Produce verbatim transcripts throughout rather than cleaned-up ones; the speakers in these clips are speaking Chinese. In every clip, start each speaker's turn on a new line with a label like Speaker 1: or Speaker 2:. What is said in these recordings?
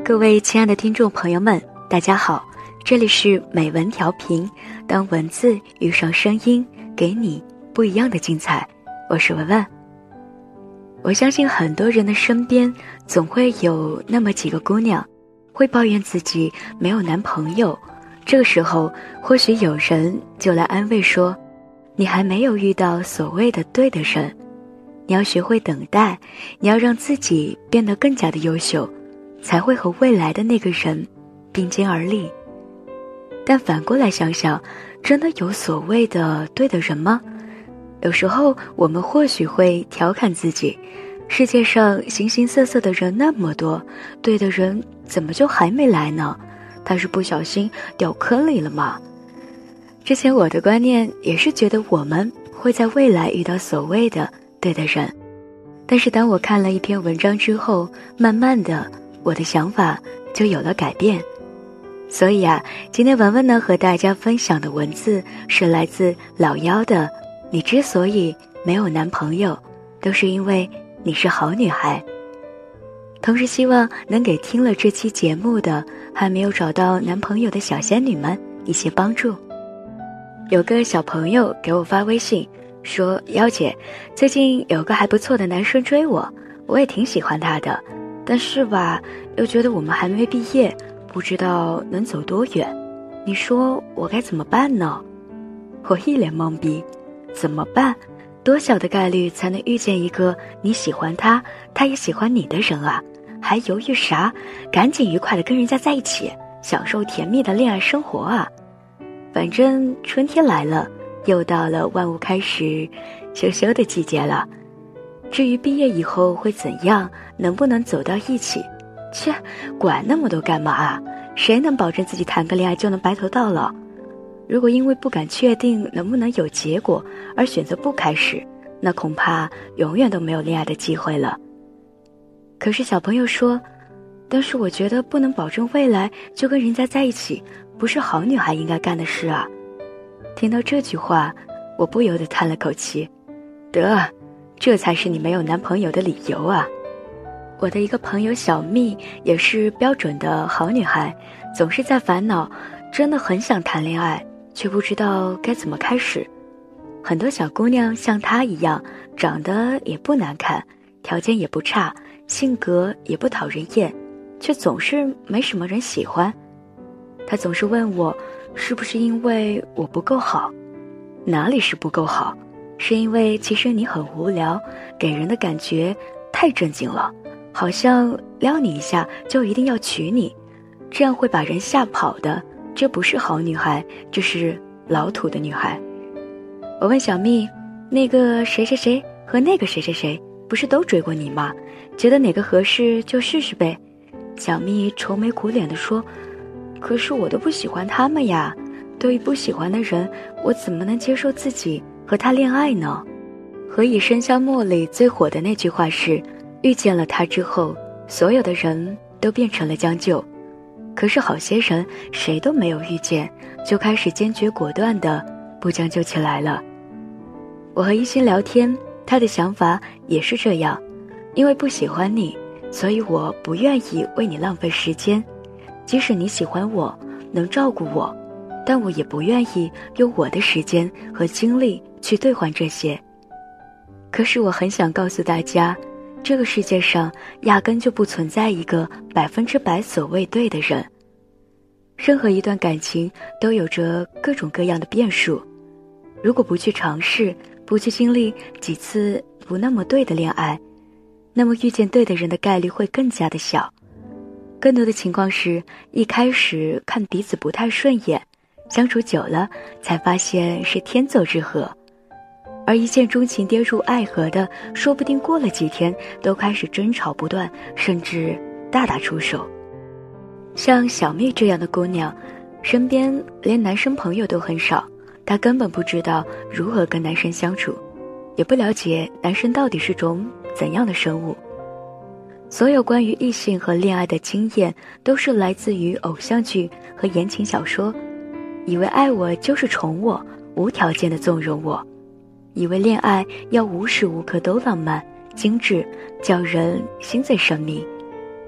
Speaker 1: 各位亲爱的听众朋友们，大家好，这里是美文调频，当文字遇上声音，给你不一样的精彩。我是文文。我相信很多人的身边总会有那么几个姑娘，会抱怨自己没有男朋友。这个时候，或许有人就来安慰说，你还没有遇到所谓的对的人，你要学会等待，你要让自己变得更加的优秀，才会和未来的那个人并肩而立。但反过来想想，真的有所谓的对的人吗？有时候我们或许会调侃自己，世界上形形色色的人那么多，对的人怎么就还没来呢？他是不小心掉坑里了吗？之前我的观念也是觉得我们会在未来遇到所谓的对的人，但是当我看了一篇文章之后，慢慢的我的想法就有了改变。所以啊，今天文文呢和大家分享的文字是来自老幺的，你之所以没有男朋友，都是因为你是好女孩。同时希望能给听了这期节目的还没有找到男朋友的小仙女们一些帮助。有个小朋友给我发微信说，幺姐，最近有个还不错的男生追我，我也挺喜欢他的，但是吧，又觉得我们还没毕业，不知道能走多远，你说我该怎么办呢？我一脸懵逼，怎么办？多小的概率才能遇见一个你喜欢他，他也喜欢你的人啊？还犹豫啥？赶紧愉快地跟人家在一起，享受甜蜜的恋爱生活啊！反正春天来了，又到了万物开始羞羞的季节了。至于毕业以后会怎样，能不能走到一起，切，管那么多干嘛啊？谁能保证自己谈个恋爱就能白头到老？如果因为不敢确定能不能有结果而选择不开始，那恐怕永远都没有恋爱的机会了。可是小朋友说，但是我觉得不能保证未来就跟人家在一起，不是好女孩应该干的事啊。听到这句话，我不由得叹了口气，得，这才是你没有男朋友的理由啊。我的一个朋友小蜜也是标准的好女孩，总是在烦恼，真的很想谈恋爱，却不知道该怎么开始。很多小姑娘像她一样，长得也不难看，条件也不差，性格也不讨人厌，却总是没什么人喜欢。她总是问我，是不是因为我不够好？哪里是不够好？是因为其实你很无聊，给人的感觉太正经了，好像撩你一下就一定要娶你，这样会把人吓跑的。这不是好女孩，这是老土的女孩。我问小蜜，那个谁谁谁和那个谁谁谁不是都追过你吗？觉得哪个合适就试试呗。小蜜愁眉苦脸地说，可是我都不喜欢他们呀，对于不喜欢的人，我怎么能接受自己和他恋爱呢？何以笙箫默里最火的那句话是，遇见了他之后，所有的人都变成了将就。可是好些人谁都没有遇见，就开始坚决果断地不将就起来了。我和一心聊天，他的想法也是这样，因为不喜欢你，所以我不愿意为你浪费时间，即使你喜欢我，能照顾我，但我也不愿意用我的时间和精力去兑换这些。可是我很想告诉大家，这个世界上压根就不存在一个百分之百所谓对的人。任何一段感情都有着各种各样的变数，如果不去尝试，不去经历几次不那么对的恋爱，那么遇见对的人的概率会更加的小。更多的情况是，一开始看彼此不太顺眼，相处久了才发现是天作之合。而一见钟情跌入爱河的，说不定过了几天都开始争吵不断，甚至大打出手。像小蜜这样的姑娘，身边连男生朋友都很少，她根本不知道如何跟男生相处，也不了解男生到底是种怎样的生物。所有关于异性和恋爱的经验都是来自于偶像剧和言情小说，以为爱我就是宠我，无条件的纵容我，以为恋爱要无时无刻都浪漫精致，叫人心醉神迷。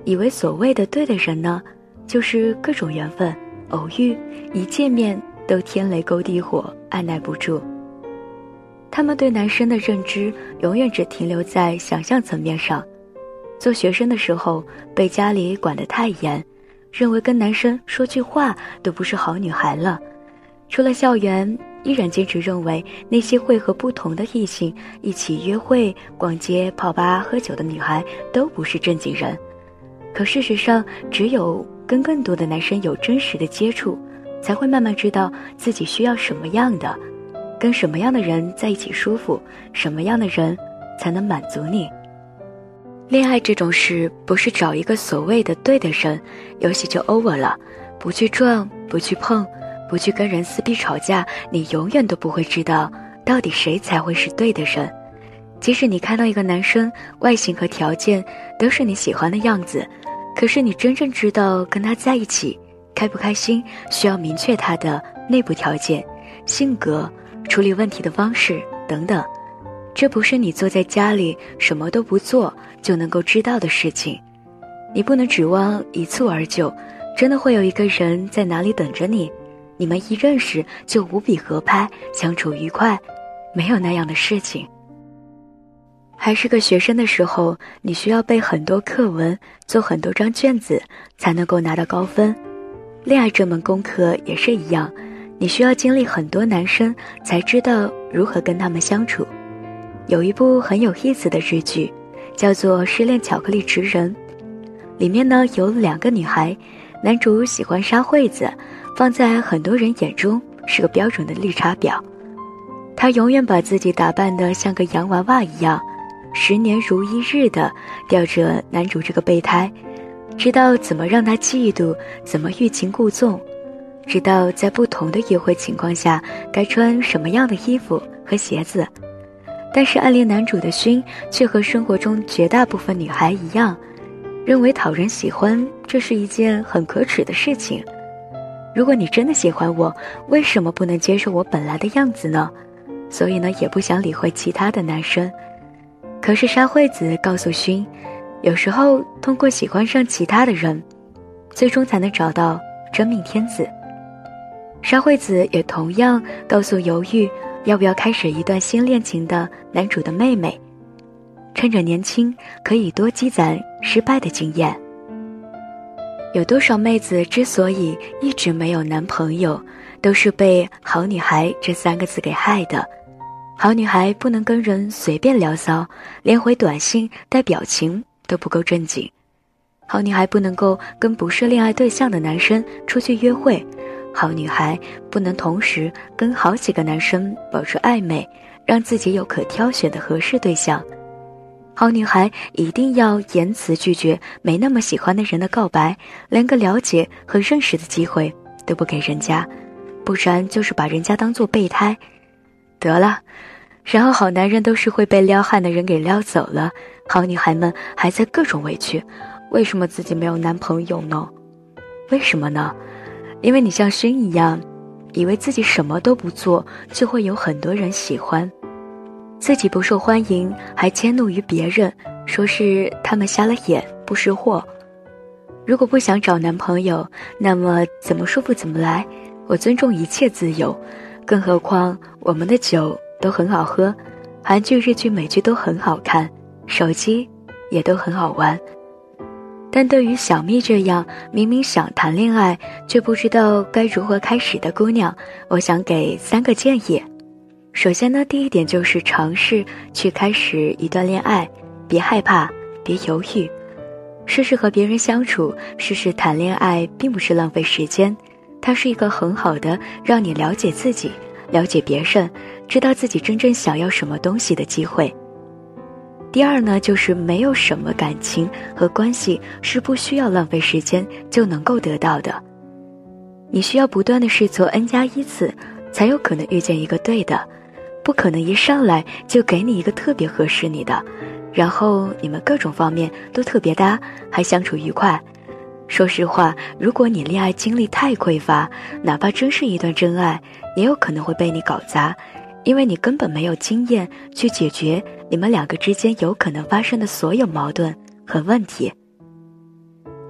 Speaker 1: 以为所谓的对的人呢，就是各种缘分偶遇，一见面都天雷勾地火，按耐不住。他们对男生的认知永远只停留在想象层面上。做学生的时候被家里管得太严，认为跟男生说句话都不是好女孩了。出了校园，依然坚持认为那些会和不同的异性一起约会、逛街、泡吧、喝酒的女孩都不是正经人。可事实上，只有跟更多的男生有真实的接触，才会慢慢知道自己需要什么样的，跟什么样的人在一起舒服，什么样的人才能满足你。恋爱这种事不是找一个所谓的对的人，游戏就 over 了，不去撞，不去碰，不去跟人撕逼吵架，你永远都不会知道到底谁才会是对的人。即使你看到一个男生外形和条件都是你喜欢的样子，可是你真正知道跟他在一起开不开心，需要明确他的内部条件、性格、处理问题的方式等等。这不是你坐在家里什么都不做就能够知道的事情。你不能指望一蹴而就，真的会有一个人在哪里等着你，你们一认识就无比合拍，相处愉快，没有那样的事情。还是个学生的时候，你需要背很多课文，做很多张卷子，才能够拿到高分。恋爱这门功课也是一样，你需要经历很多男生，才知道如何跟他们相处。有一部很有意思的日剧，叫做《失恋巧克力职人》，里面呢有两个女孩，男主喜欢沙惠子，放在很多人眼中是个标准的绿茶婊。他永远把自己打扮得像个洋娃娃一样，十年如一日地吊着男主这个备胎，知道怎么让他嫉妒，怎么欲擒故纵，知道在不同的约会情况下该穿什么样的衣服和鞋子。但是暗恋男主的薰却和生活中绝大部分女孩一样，认为讨人喜欢这是一件很可耻的事情。如果你真的喜欢我，为什么不能接受我本来的样子呢？所以呢，也不想理会其他的男生。可是沙惠子告诉薰，有时候通过喜欢上其他的人，最终才能找到真命天子。沙惠子也同样告诉犹豫要不要开始一段新恋情的男主的妹妹，趁着年轻可以多积攒失败的经验。有多少妹子之所以一直没有男朋友，都是被好女孩这三个字给害的。好女孩不能跟人随便聊骚，连回短信带表情都不够正经。好女孩不能够跟不是恋爱对象的男生出去约会，好女孩不能同时跟好几个男生保持暧昧，让自己有可挑选的合适对象。好女孩一定要言辞拒绝没那么喜欢的人的告白，连个了解和认识的机会都不给人家，不然就是把人家当作备胎。得了，然后好男人都是会被撩汉的人给撩走了，好女孩们还在各种委屈，为什么自己没有男朋友呢？为什么呢？因为你像薰一样，以为自己什么都不做就会有很多人喜欢，自己不受欢迎还迁怒于别人，说是他们瞎了眼不识货。如果不想找男朋友，那么怎么舒服怎么来，我尊重一切自由，更何况我们的酒都很好喝，韩剧日剧美剧都很好看，手机也都很好玩。但对于小蜜这样明明想谈恋爱却不知道该如何开始的姑娘，我想给三个建议。首先呢，第一点就是尝试去开始一段恋爱，别害怕，别犹豫，试试和别人相处，试试谈恋爱并不是浪费时间，它是一个很好的让你了解自己，了解别人，知道自己真正想要什么东西的机会。第二呢，就是没有什么感情和关系是不需要浪费时间就能够得到的，你需要不断的试错 N 加一次，才有可能遇见一个对的，不可能一上来就给你一个特别合适你的，然后你们各种方面都特别搭，还相处愉快。说实话，如果你恋爱经历太匮乏，哪怕真是一段真爱，也有可能会被你搞砸，因为你根本没有经验去解决你们两个之间有可能发生的所有矛盾和问题。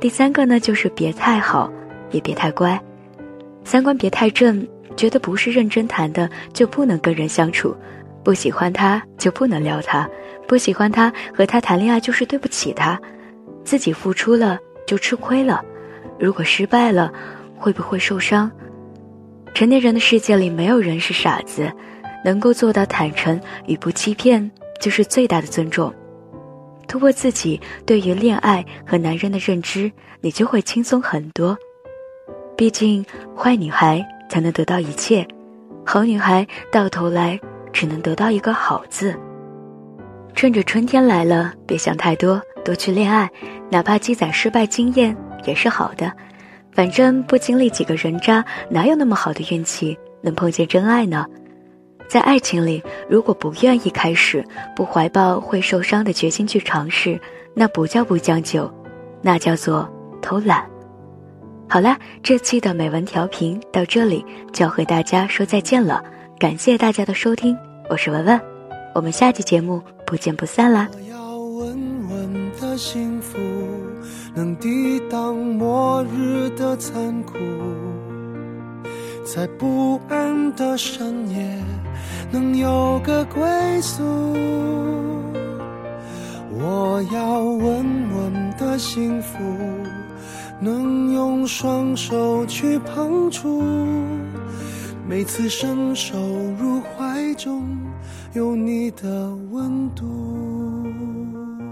Speaker 1: 第三个呢，就是别太好，也别太乖。三观别太正，觉得不是认真谈的就不能跟人相处，不喜欢他就不能撩他，不喜欢他和他谈恋爱就是对不起他，自己付出了就吃亏了，如果失败了会不会受伤？成年人的世界里没有人是傻子，能够做到坦诚与不欺骗就是最大的尊重。突破自己对于恋爱和男人的认知，你就会轻松很多。毕竟坏女孩才能得到一切，好女孩到头来只能得到一个好字。趁着春天来了，别想太多，多去恋爱，哪怕积攒失败经验也是好的。反正不经历几个人渣，哪有那么好的运气能碰见真爱呢？在爱情里，如果不愿意开始，不怀抱会受伤的决心去尝试，那不叫不将就，那叫做偷懒。好啦，这期的美文调频到这里就要和大家说再见了，感谢大家的收听，我是文文，我们下期节目不见不散啦。
Speaker 2: 我要稳稳的幸福，能抵挡末日的残酷，在不安的深夜能有个归宿。我要稳稳的幸福，能用双手去碰触，每次伸手入怀中有你的温度。